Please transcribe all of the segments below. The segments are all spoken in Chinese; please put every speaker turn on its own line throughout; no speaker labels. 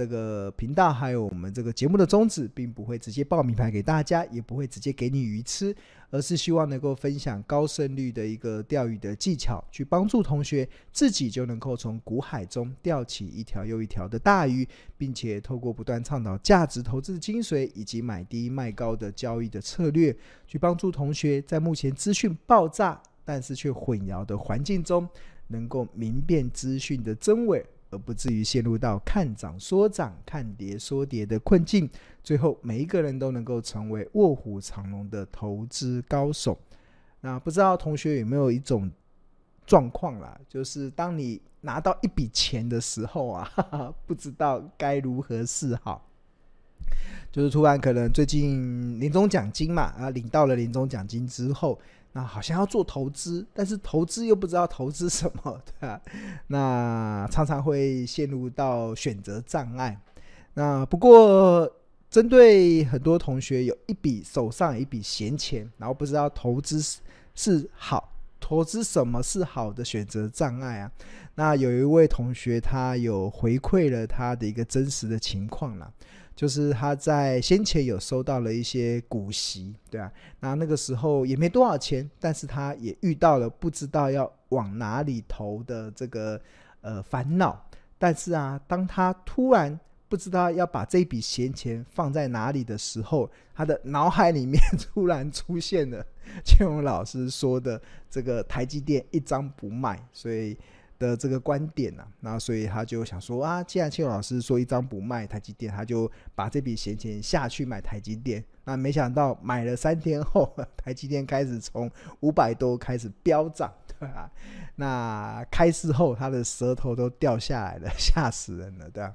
这个频道还有我们这个节目的宗旨，并不会直接报名牌给大家，也不会直接给你鱼吃，而是希望能够分享高胜率的一个钓鱼的技巧，去帮助同学自己就能够从股海中钓起一条又一条的大鱼，并且透过不断倡导价值投资精髓以及买低卖高的交易的策略，去帮助同学在目前资讯爆炸但是却混淆的环境中，能够明辨资讯的真伪，而不至于陷入到看涨说涨看跌说跌的困境，最后每一个人都能够成为卧虎藏龙的投资高手。那不知道同学有没有一种状况啦，就是当你拿到一笔钱的时候啊，不知道该如何是好，就是突然可能最近年终奖金嘛，领到了年终奖金之后，那好像要做投资，但是投资又不知道投资什么，对吧？那常常会陷入到选择障碍。那不过针对很多同学有手上有一笔闲钱，然后不知道投资是好，投资什么是好的选择障碍啊。那有一位同学他有回馈了他的一个真实的情况啦，就是他在先前有收到了一些股息，对啊，那个时候也没多少钱，但是他也遇到了不知道要往哪里投的这个烦恼。但是啊，当他突然不知道要把这笔闲钱放在哪里的时候，他的脑海里面突然出现了建荣老师说的这个台积电一张不卖，所以的这个观点啊，那所以他就想说啊，既然建荣老师说一张不卖台积电，他就把这笔闲钱下去买台积电。那没想到买了3天后，台积电开始从500多开始飙涨，对吧？那开市后他的舌头都掉下来了，吓死人了，对吧？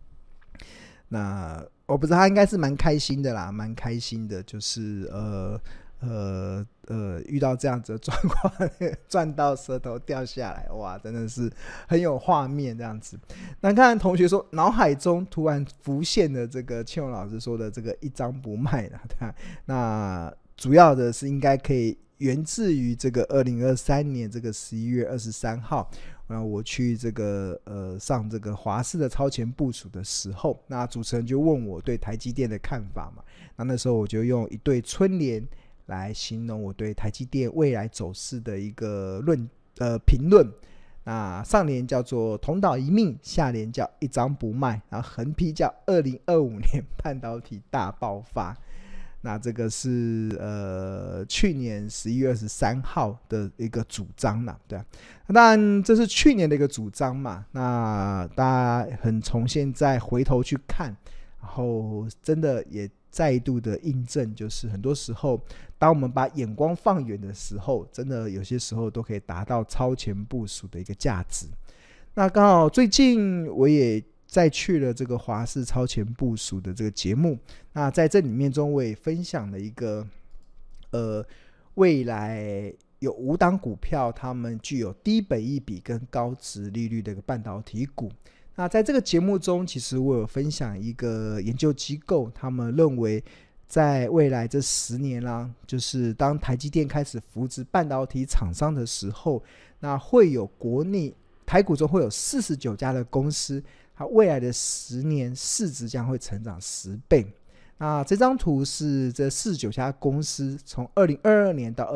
那我不知道，他应该是蛮开心的啦，蛮开心的，就是遇到这样子的状况，赚到舌头掉下来，哇，真的是很有画面这样子。那看同学说，脑海中突然浮现了这个庆荣老师说的这个一张不卖啦，对吧？那主要的是应该可以源自于这个2023年这个11月23号。我去这个上这个华视的超前部署的时候，那主持人就问我对台积电的看法嘛，那时候我就用一对春联来形容我对台积电未来走势的一个评论。那上联叫做同岛一命，下联叫一张不卖，然后横批叫2025年半导体大爆发。那这个是去年11月23号的一个主张啦，对啊。当然这是去年的一个主张嘛，那大家从现在回头去看，然后真的也再度的印证，就是很多时候当我们把眼光放远的时候，真的有些时候都可以达到超前部署的一个价值。那刚好最近我也再去了这个华视超前部署的这个节目，那在这里面中我也分享了一个未来有5档股票，他们具有低本益比跟高殖利率的一个半导体股。那在这个节目中，其实我有分享一个研究机构，他们认为在未来这10年啦，就是当台积电开始扶植半导体厂商的时候，那会有国内台股中会有49家的公司，它未来的10年市值将会成长10倍。那这张图是这49家公司从2022年到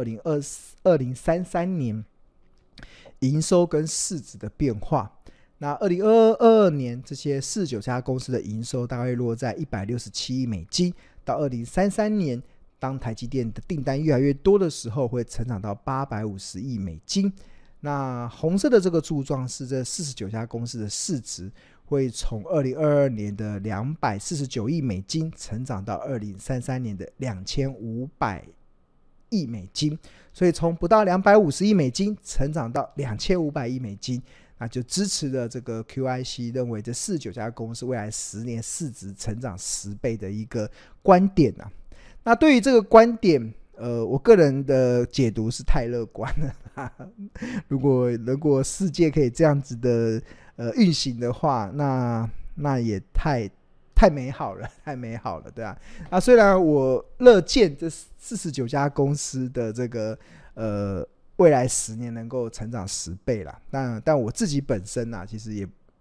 2033年营收跟市值的变化。那2022年这些49家公司的营收大概落在167亿美金，到2033年当台积电的订单越来越多的时候，会成长到850亿美金。那红色的这个柱状是这49家公司的市值会从2022年的249亿美金成长到2033年的2500亿美金，所以从不到250亿美金成长到2500亿美金，那就支持了这个 QIC 认为这49家公司未来10年市值成长10倍的一个观点啊。那对于这个观点我个人的解读是太乐观了如果世界可以这样子的运行的话，那也太美好了，太美好了，对啊。那虽然我乐见这49家公司的这个未来10年能够成长10倍啦，但我自己本身其实也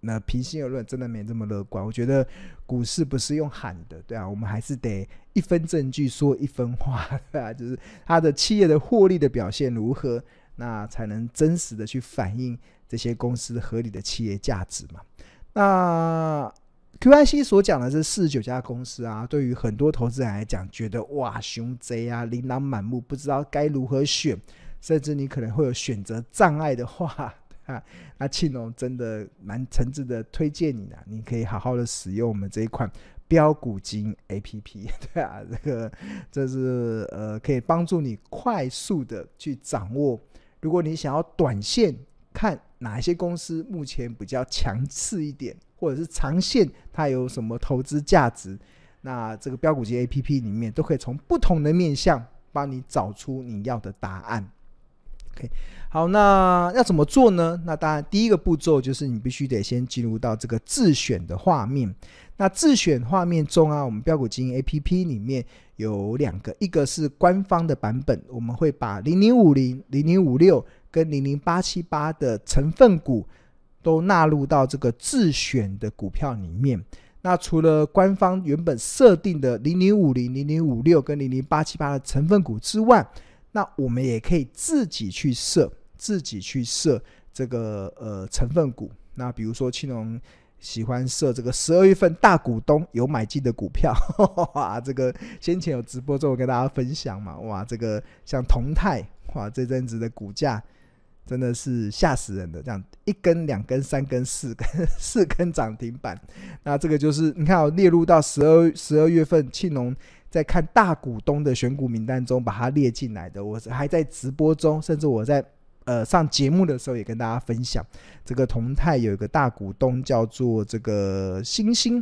那平心而论真的没这么乐观。我觉得股市不是用喊的，对啊，我们还是得一分证据说一分话，对啊，就是它的企业的获利的表现如何，那才能真实的去反映这些公司合理的企业价值嘛。那 QIC 所讲的这49家公司啊，对于很多投资人来讲，觉得哇凶贼啊，琳琅满目，不知道该如何选，甚至你可能会有选择障碍的话，那庆农真的蛮诚挚的推荐你啦，你可以好好的使用我们这一款标股金 APP， 对啊，这是可以帮助你快速的去掌握，如果你想要短线看哪一些公司目前比较强势一点，或者是长线它有什么投资价值，那这个标股金 APP 里面都可以从不同的面向帮你找出你要的答案。Okay， 好，那要怎么做呢？那当然第一个步骤就是你必须得先进入到这个自选的画面。那自选画面中啊，我们标股金 APP 里面有2个，一个是官方的版本，我们会把0050、0056跟00878的成分股都纳入到这个自选的股票里面。那除了官方原本设定的0050、0056跟00878的成分股之外，那我们也可以自己去设这个成分股。那比如说庆农喜欢设这个12月份大股东有买进的股票，哇，这个先前有直播中我跟大家分享嘛，哇，这个像同泰，哇，这阵子的股价真的是吓死人的，这样1根、2根、3根、4根涨停板。那这个就是你看列入到12月份庆农在看大股东的选股名单中把它列进来的。我还在直播中，甚至我在上节目的时候也跟大家分享，这个同泰有一个大股东叫做这个新兴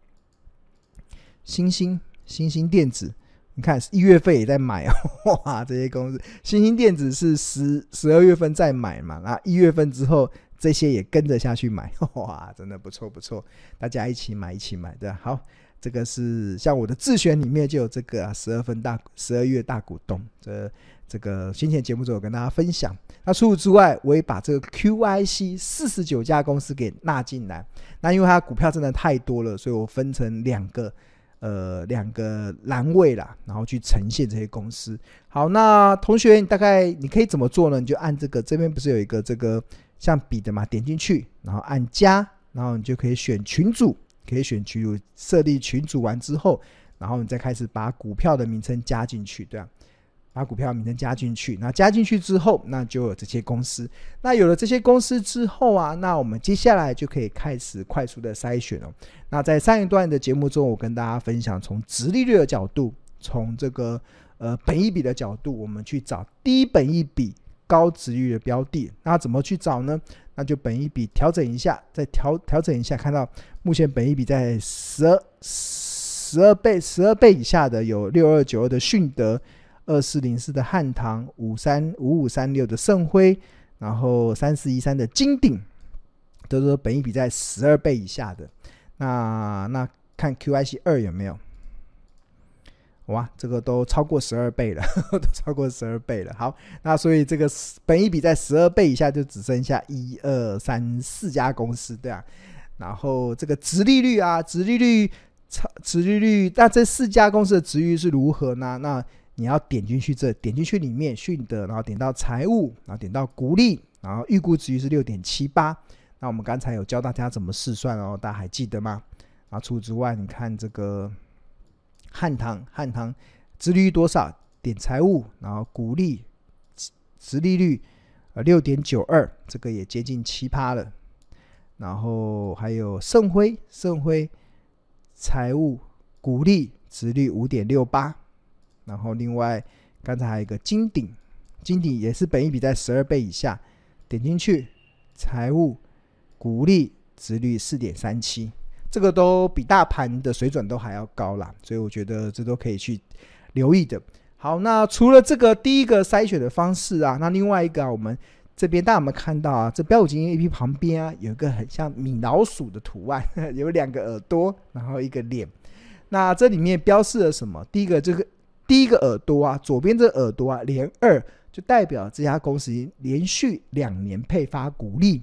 电子，你看1月份也在买哇，这些公司新兴电子是12月份在买嘛，那1月份之后这些也跟着下去买，哇，真的不错，大家一起买对吧？好，这个是像我的自选里面就有这个12月大股东，这个先前节目中有跟大家分享。那除此之外，我也把这个 QIC 49家公司给纳进来。那因为它股票真的太多了，所以我分成两个栏位啦，然后去呈现这些公司。好，那同学大概你可以怎么做呢？你就按这边不是有一个这个像笔的嘛，点进去，然后按加，然后你就可以选群组，设立群组完之后，然后你再开始把股票的名称加进去，对啊，把股票名称加进去，那加进去之后，那就有这些公司。那有了这些公司之后啊，那我们接下来就可以开始快速的筛选了。那在上一段的节目中，我跟大家分享从殖利率的角度，从这个本益比的角度，我们去找低本益比高殖利率的标的。那怎么去找呢？那就本益比调整一下，再调整一下，看到目前本益比在12倍以下的有6292的迅德，2404的汉唐，5536的盛辉，然后3413的金鼎，都是本益比在12倍以下的。那看 QIC 2有没有？哇，这个都超过12倍了都超过12倍了。好，那所以这个本益比在12倍以下就只剩下1、2、3、4家公司，对啊。然后这个殖利率啊，殖利率，那这4家公司的殖利率是如何呢？那你要点进去里面迅德，然后点到财务，然后点到股利，然后预估殖利率是 6.78。那我们刚才有教大家怎么试算哦，大家还记得吗？然后除此之外，你看这个汉唐殖利率多少？点财务，然后股利殖利率6.92， 这个也接近 7% 了。然后还有盛辉财务股利殖利率 5.68， 然后另外刚才还有一个金鼎也是本益比在12倍以下，点进去财务股利殖利率 4.37， 这个都比大盘的水准都还要高啦，所以我觉得这都可以去留意的。好，那除了这个第一个筛选的方式啊，那另外一个我们这边大家有没有看到啊？这标股金 APP 旁边啊，有一个很像米老鼠的图案，有2个耳朵，然后一个脸。那这里面标示了什么？第一个耳朵啊，左边这个耳朵啊，连2就代表这家公司连续2年配发股利。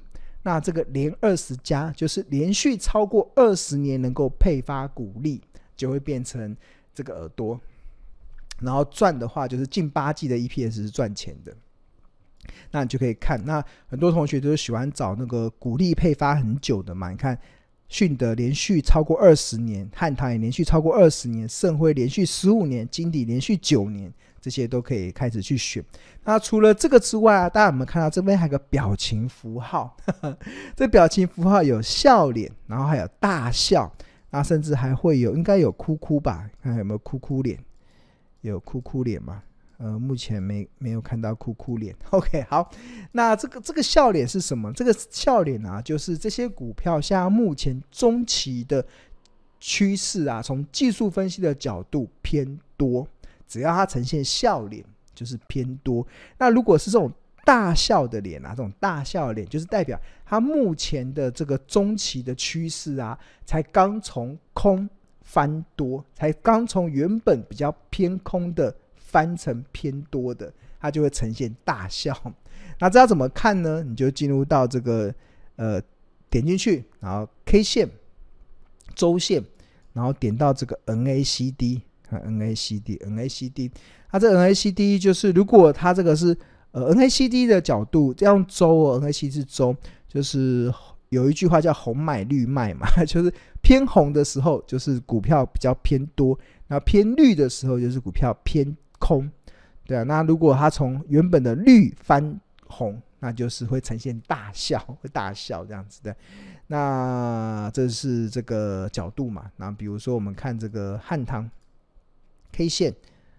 那这个连20加就是连续超过20年能够配发股利，就会变成这个耳朵。然后赚的话就是近8季的 EPS 是赚钱的。那你就可以看，那很多同学都是喜欢找那个股利配发很久的嘛，你看迅德连续超过20年，汉唐也连续超过20年，盛辉连续15年，金鼎连续9年，这些都可以开始去选。那除了这个之外啊，大家有没有看到这边还有个表情符号这表情符号有笑脸，然后还有大笑，那甚至还会有应该有哭哭吧，看有没有哭哭脸，有哭哭脸吗？目前没有看到哭哭脸。 OK， 好，那这个笑脸是什么？这个笑脸啊，就是这些股票像目前中期的趋势啊，从技术分析的角度偏多，只要它呈现笑脸就是偏多。那如果是这种大笑的脸啊，这种大笑的脸就是代表它目前的这个中期的趋势啊，才刚从空翻多，才刚从原本比较偏空的翻成偏多的，它就会呈现大笑。那这要怎么看呢？你就进入到这个点进去，然后 K 线、周线，然后点到这个 NACD， 看 NACD， 它这个 NACD 就是如果它这个是NACD 的角度，这样周NACD 是周，就是有一句话叫红买绿卖嘛，就是偏红的时候就是股票比较偏多，然后偏绿的时候就是股票偏空，对啊。那如果它从原本的绿翻红，那就是会呈现大笑，会大笑这样子的。那这是这个角度嘛。那比如说我们看这个汉唐 K 线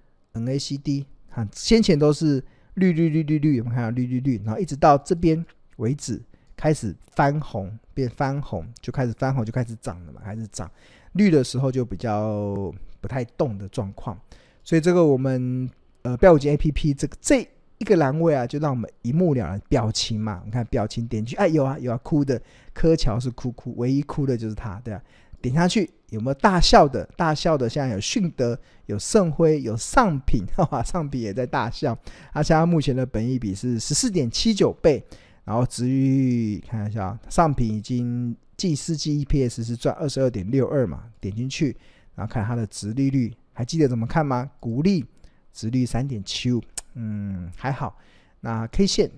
NACD， 先前都是绿，我们看到绿，然后一直到这边为止开始翻红，变翻红，就开始翻红，就开始涨了嘛，开始涨。绿的时候就比较不太动的状况。所以这个我们标股金 APP 这一个栏位啊，就让我们一目了然。表情嘛，你看表情点进去，有啊，哭的，柯乔是哭，唯一哭的就是他，对啊。点下去有没有大笑的？大笑的现在有迅德，有盛辉，有上品，上品也在大笑。它现在目前的本益比是 14.79 倍，然后殖利率看一下，上品已经近4季 EPS 是赚 22.62 嘛，点进去然后看它的殖利率，还记得怎么看吗？股利殖利率 3.75， 还好。那 K 线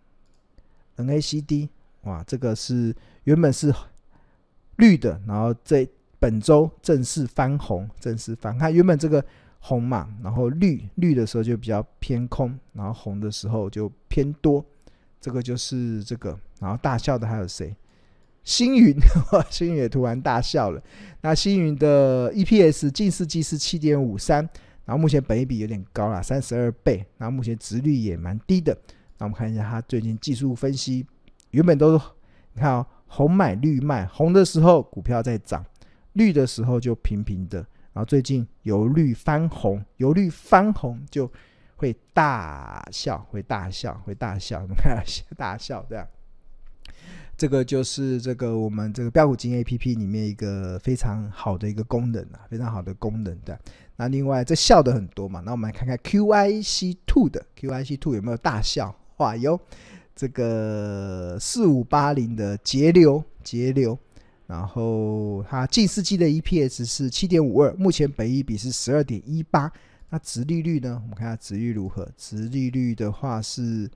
NACD， 哇，这个是原本是绿的，然后这本周正式翻红，看原本这个红嘛，然后绿的时候就比较偏空，然后红的时候就偏多，这个就是这个。然后大笑的还有谁？星云星云也突然大笑了。那星云的 EPS 近4季是 7.53， 然后目前本益比有点高啦，32倍，然后目前殖率也蛮低的。那我们看一下它最近技术分析，原本都你看红买绿卖，红的时候股票在涨，绿的时候就平平的，然后最近由绿翻红就会大笑，我们看大笑这样。这个就是这个我们这个标股金 APP 里面一个非常好的一个功能啊，非常好的功能的。那另外这笑的很多嘛，那我们来看看 QIC2 的 QIC2 有没有大笑？哇，有这个4580的节流，然后它近4季的 EPS 是 7.52， 目前本益比是 12.18。 那殖利率呢？我们看下殖利率如何。殖利率的话是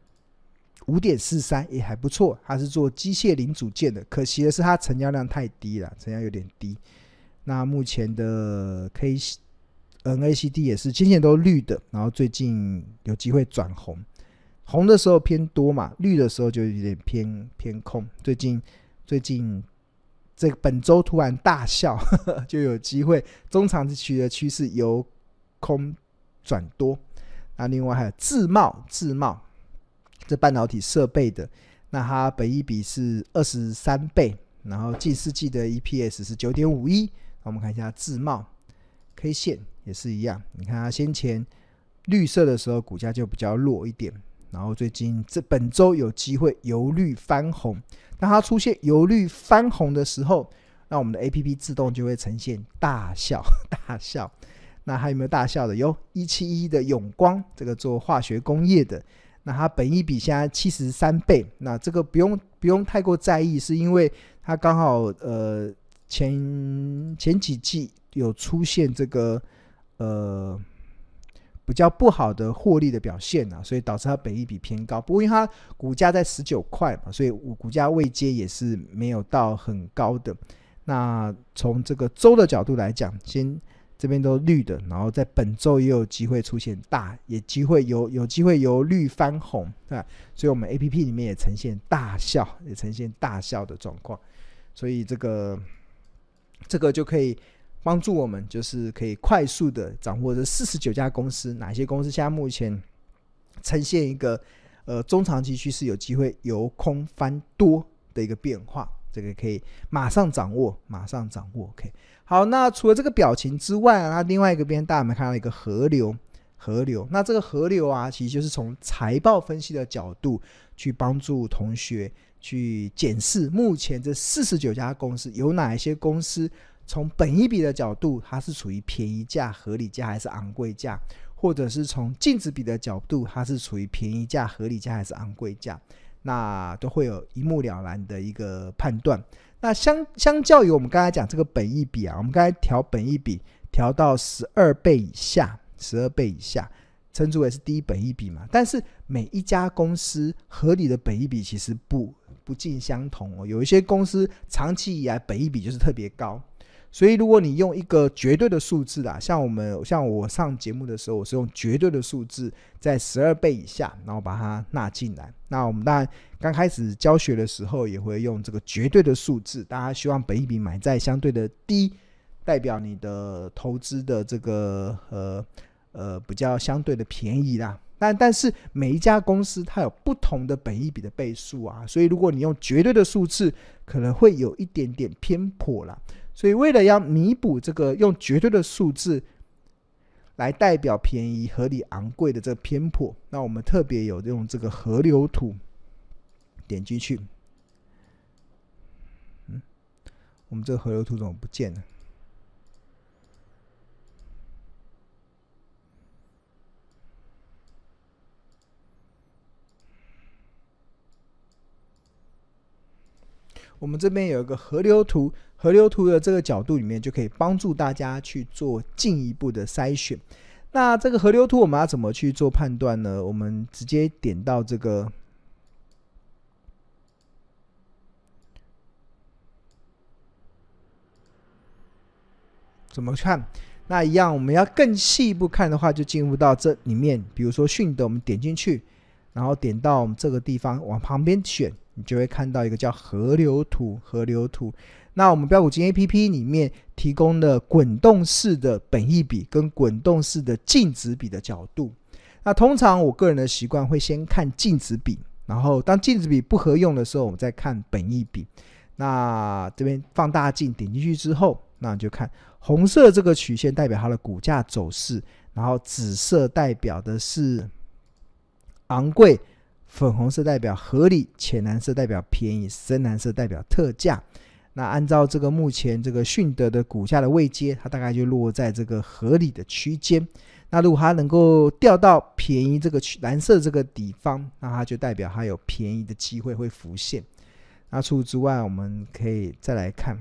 5.43， 也还不错。它是做机械零组件的，可惜的是它成交量太低了，成交有点低。那目前的 NACD 也是今年都绿的，然后最近有机会转红，红的时候偏多嘛，绿的时候就有点偏空。最近这个本周突然大笑就有机会中长期的趋势由空转多。那另外还有自贸这半导体设备的，那它本益比是23倍，然后近4季的 EPS 是 9.51。 我们看一下自贸 K 线也是一样，你看它先前绿色的时候股价就比较弱一点，然后最近本周有机会由绿翻红。当它出现由绿翻红的时候，那我们的 APP 自动就会呈现大笑。那还有没有大笑的？有171的永光，这个做化学工业的， 那它本益比现在73倍，那这个不用太过在意，是因为它刚好前几季有出现这个比较不好的获利的表现所以导致它本益比偏高。不过因为它股价在19块嘛，所以股价位阶也是没有到很高的。那从这个周的角度来讲，先这边都绿的，然后在本周也有机会出现有机会由绿翻红，对，所以我们 APP 里面也呈现大笑的状况。所以这个就可以帮助我们，就是可以快速的掌握这49家公司，哪些公司现在目前呈现一个中长期趋势有机会由空翻多的一个变化，这个可以马上掌握。OK， 好，那除了这个表情之外那另外一个边大家有没有看到一个河流？那这个河流其实就是从财报分析的角度去帮助同学去检视目前这49家公司有哪一些公司从本益比的角度它是处于便宜价、合理价还是昂贵价，或者是从净值比的角度它是处于便宜价、合理价还是昂贵价，那都会有一目了然的一个判断。那相较于我们刚才讲这个本益比我们刚才调本益比调到12倍以下，称之为是低本益比嘛，但是每一家公司合理的本益比其实不尽相同有一些公司长期以来本益比就是特别高，所以如果你用一个绝对的数字像我上节目的时候，我是用绝对的数字在12倍以下，然后把它纳进来。那我们当然刚开始教学的时候也会用这个绝对的数字，大家希望本益比买在相对的低，代表你的投资的这个比较相对的便宜啦。但是每一家公司它有不同的本益比的倍数所以如果你用绝对的数字可能会有一点点偏颇啦。所以为了要弥补这个用绝对的数字来代表便宜、合理、昂贵的这个偏颇，那我们特别有用这个河流图，点进去我们这个河流图怎么不见了？我们这边有一个河流图，河流图的这个角度里面就可以帮助大家去做进一步的筛选。那这个河流图我们要怎么去做判断呢？我们直接点到这个怎么看？那一样我们要更细一步看的话，就进入到这里面，比如说迅德我们点进去，然后点到我们这个地方往旁边选，你就会看到一个叫河流图。那我们标股金 APP 里面提供了滚动式的本益比跟滚动式的净值比的角度。那通常我个人的习惯会先看净值比，然后当净值比不合用的时候，我们再看本益比。那这边放大镜点进去之后，那你就看红色这个曲线代表它的股价走势，然后紫色代表的是昂贵，粉红色代表合理，浅蓝色代表便宜，深蓝色代表特价。那按照这个目前这个迅德的股价的位阶，它大概就落在这个合理的区间。那如果它能够掉到便宜这个蓝色这个地方，那它就代表它有便宜的机会会浮现。那除此之外，我们可以再来看，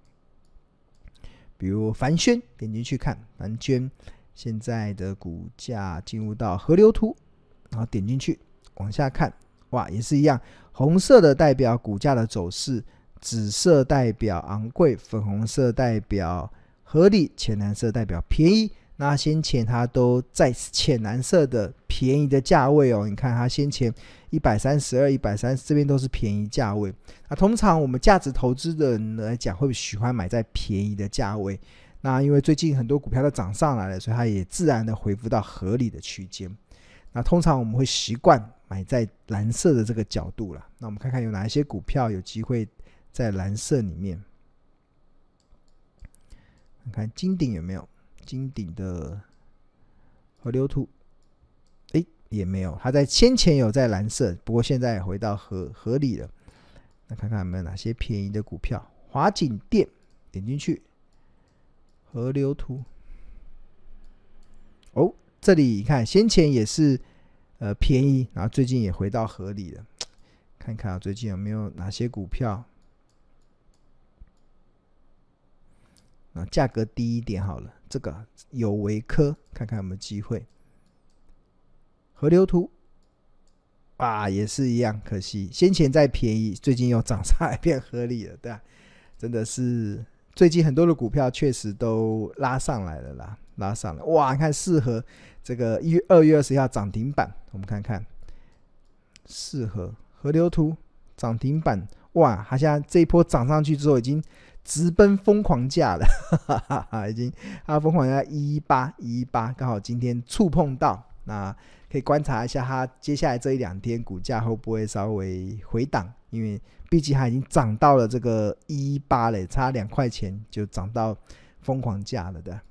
比如凡轩，点进去看凡轩现在的股价进入到河流图，然后点进去往下看，哇，也是一样，红色的代表股价的走势，紫色代表昂贵，粉红色代表合理，浅蓝色代表便宜。那先前它都在浅蓝色的便宜的价位你看它先前132、130这边都是便宜价位。那通常我们价值投资的人来讲，会喜欢买在便宜的价位。那因为最近很多股票都涨上来了，所以它也自然的回复到合理的区间。那通常我们会习惯买在蓝色的这个角度啦。那我们看看有哪一些股票有机会在蓝色里面。看看金鼎有没有？金鼎的河流图也没有，它在先前有在蓝色，不过现在也回到合理了。那看看有没有哪些便宜的股票。华景电点进去河流图，这里你看先前也是便宜，然后最近也回到合理了。看看最近有没有哪些股票价格低一点好了，这个友维科看看有没有机会。河流图也是一样，可惜先前再便宜，最近又涨上来变合理了，对吧？真的是最近很多的股票确实都拉上来了啦，拉上来，哇！你看适合这个2月20号涨停板，我们看看适合河流图涨停板，哇！它现在这一波涨上去之后，已经直奔疯狂价了，已经它疯狂价118，刚好今天触碰到，那可以观察一下它接下来这1-2天股价会不会稍微回档，因为毕竟它已经涨到了这个118了，差2块钱就涨到疯狂价了的。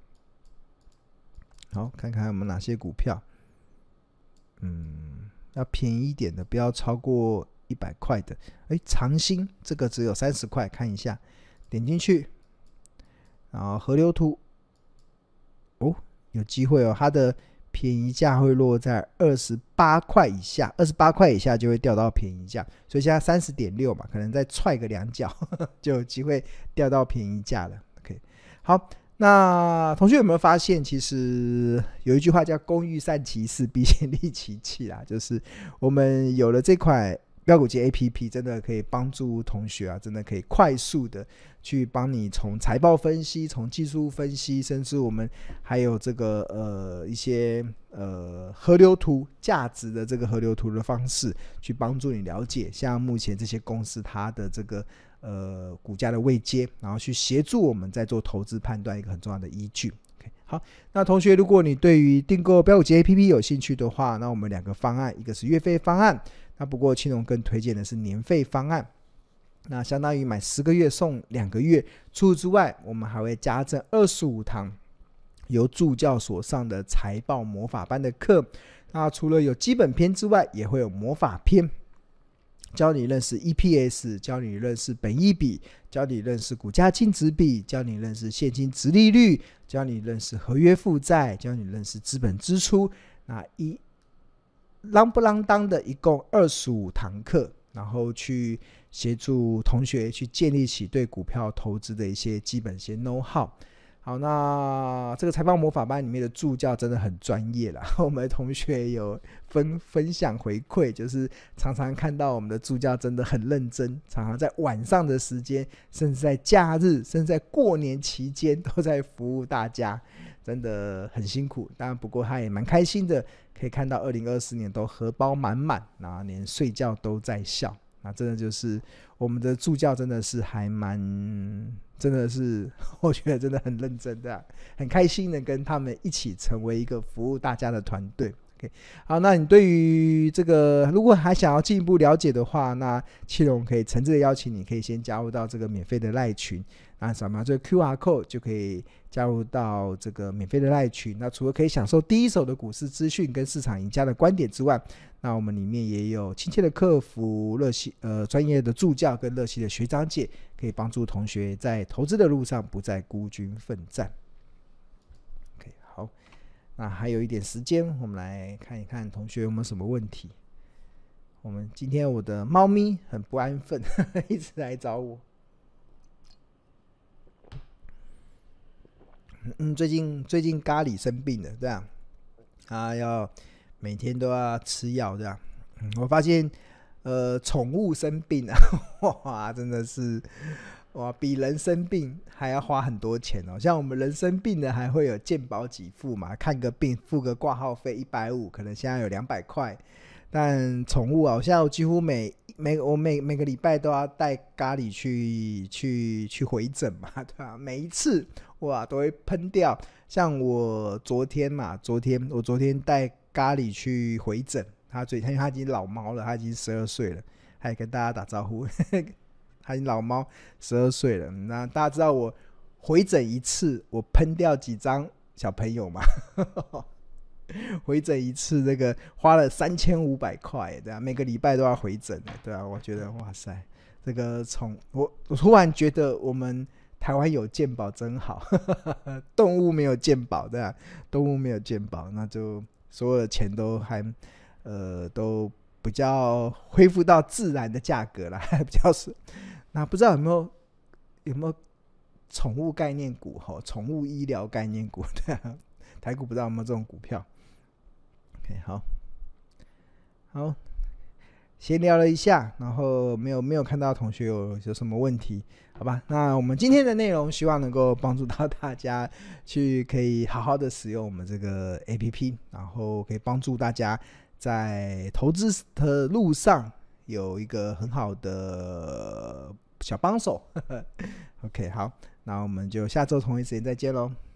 好，看看有没有哪些股票，要便宜一点的，不要超过100块的。长兴这个只有30块，看一下，点进去，然后河流图，有机会它的便宜价会落在28块以下，28块以下就会掉到便宜价，所以现在 30.6 嘛，可能再踹个2脚就有机会掉到便宜价了。 OK， 好，那同学有没有发现，其实有一句话叫工欲善其事，必先利其器啦，就是我们有了这块标股节 APP 真的可以帮助同学真的可以快速的去帮你从财报分析，从技术分析，甚至我们还有这个一些河流图价值的这个河流图的方式，去帮助你了解像目前这些公司它的这个股价的位阶，然后去协助我们在做投资判断一个很重要的依据。好，那同学如果你对于订购标股节 APP 有兴趣的话，那我们2个方案，一个是月费方案，那不过青龙更推荐的是年费方案，那相当于买10个月送2个月。除此之外，我们还会加赠25堂由助教所上的财报魔法班的课。那除了有基本篇之外，也会有魔法篇，教你认识 EPS， 教你认识本益比，教你认识股价净值比，教你认识现金殖利率，教你认识合约负债，教你认识资本支出。那啷不啷当的一共25堂课，然后去协助同学去建立起对股票投资的一些基本些 know how。好，那这个财报魔法班里面的助教真的很专业啦，我们的同学有分享回馈，就是常常看到我们的助教真的很认真，常常在晚上的时间，甚至在假日，甚至在过年期间都在服务大家，真的很辛苦。当然不过他也蛮开心的，可以看到2024年都荷包满满，然后连睡觉都在笑。那真的就是我们的助教真的是还蛮，真的是我觉得真的很认真的，很开心的跟他们一起成为一个服务大家的团队。Okay， 好，那你对于这个如果还想要进一步了解的话，那企龙可以诚挚的邀请你，可以先加入到这个免费的赖群，那扫描这个 QR code 就可以加入到这个免费的赖群。那除了可以享受第一手的股市资讯跟市场赢家的观点之外，那我们里面也有亲切的客服、专业的助教跟热心的学长姐，可以帮助同学在投资的路上不再孤军奋战。OK， 好，那还有一点时间，我们来看一看同学有没有什么问题。今天我的猫咪很不安分，一直来找我。最近咖喱生病了，这样，他要每天都要吃药，这样。我发现，宠物生病哇，真的是，哇，比人生病还要花很多钱哦。像我们人生病的还会有健保给付嘛，看个病付个挂号费150，可能现在有200块。但宠物我现在几乎每个礼拜都要带咖喱去回诊嘛，对吧？每一次哇都会喷掉。像我昨天带咖喱去回诊，因为他已经老猫了，他已经12岁了，还跟大家打招呼，他已经老猫12岁了。那大家知道我回诊一次我喷掉几张小朋友吗？回诊一次这个花了3500块，对啊，每个礼拜都要回诊，对啊，我觉得哇塞，这个我突然觉得我们台湾有健保真好，动物没有健保，对啊，动物没有健保，那就所有的钱都还都比较恢复到自然的价格啦，比较是。那不知道有没有宠物概念股宠物医疗概念股对啊，台股不知道有没有这种股票。 OK 好，闲聊了一下，然后没有看到同学有什么问题，好吧？那我们今天的内容希望能够帮助到大家去可以好好的使用我们这个 APP， 然后可以帮助大家在投资的路上有一个很好的小帮手。OK 好，那我们就下周同一时间再见咯。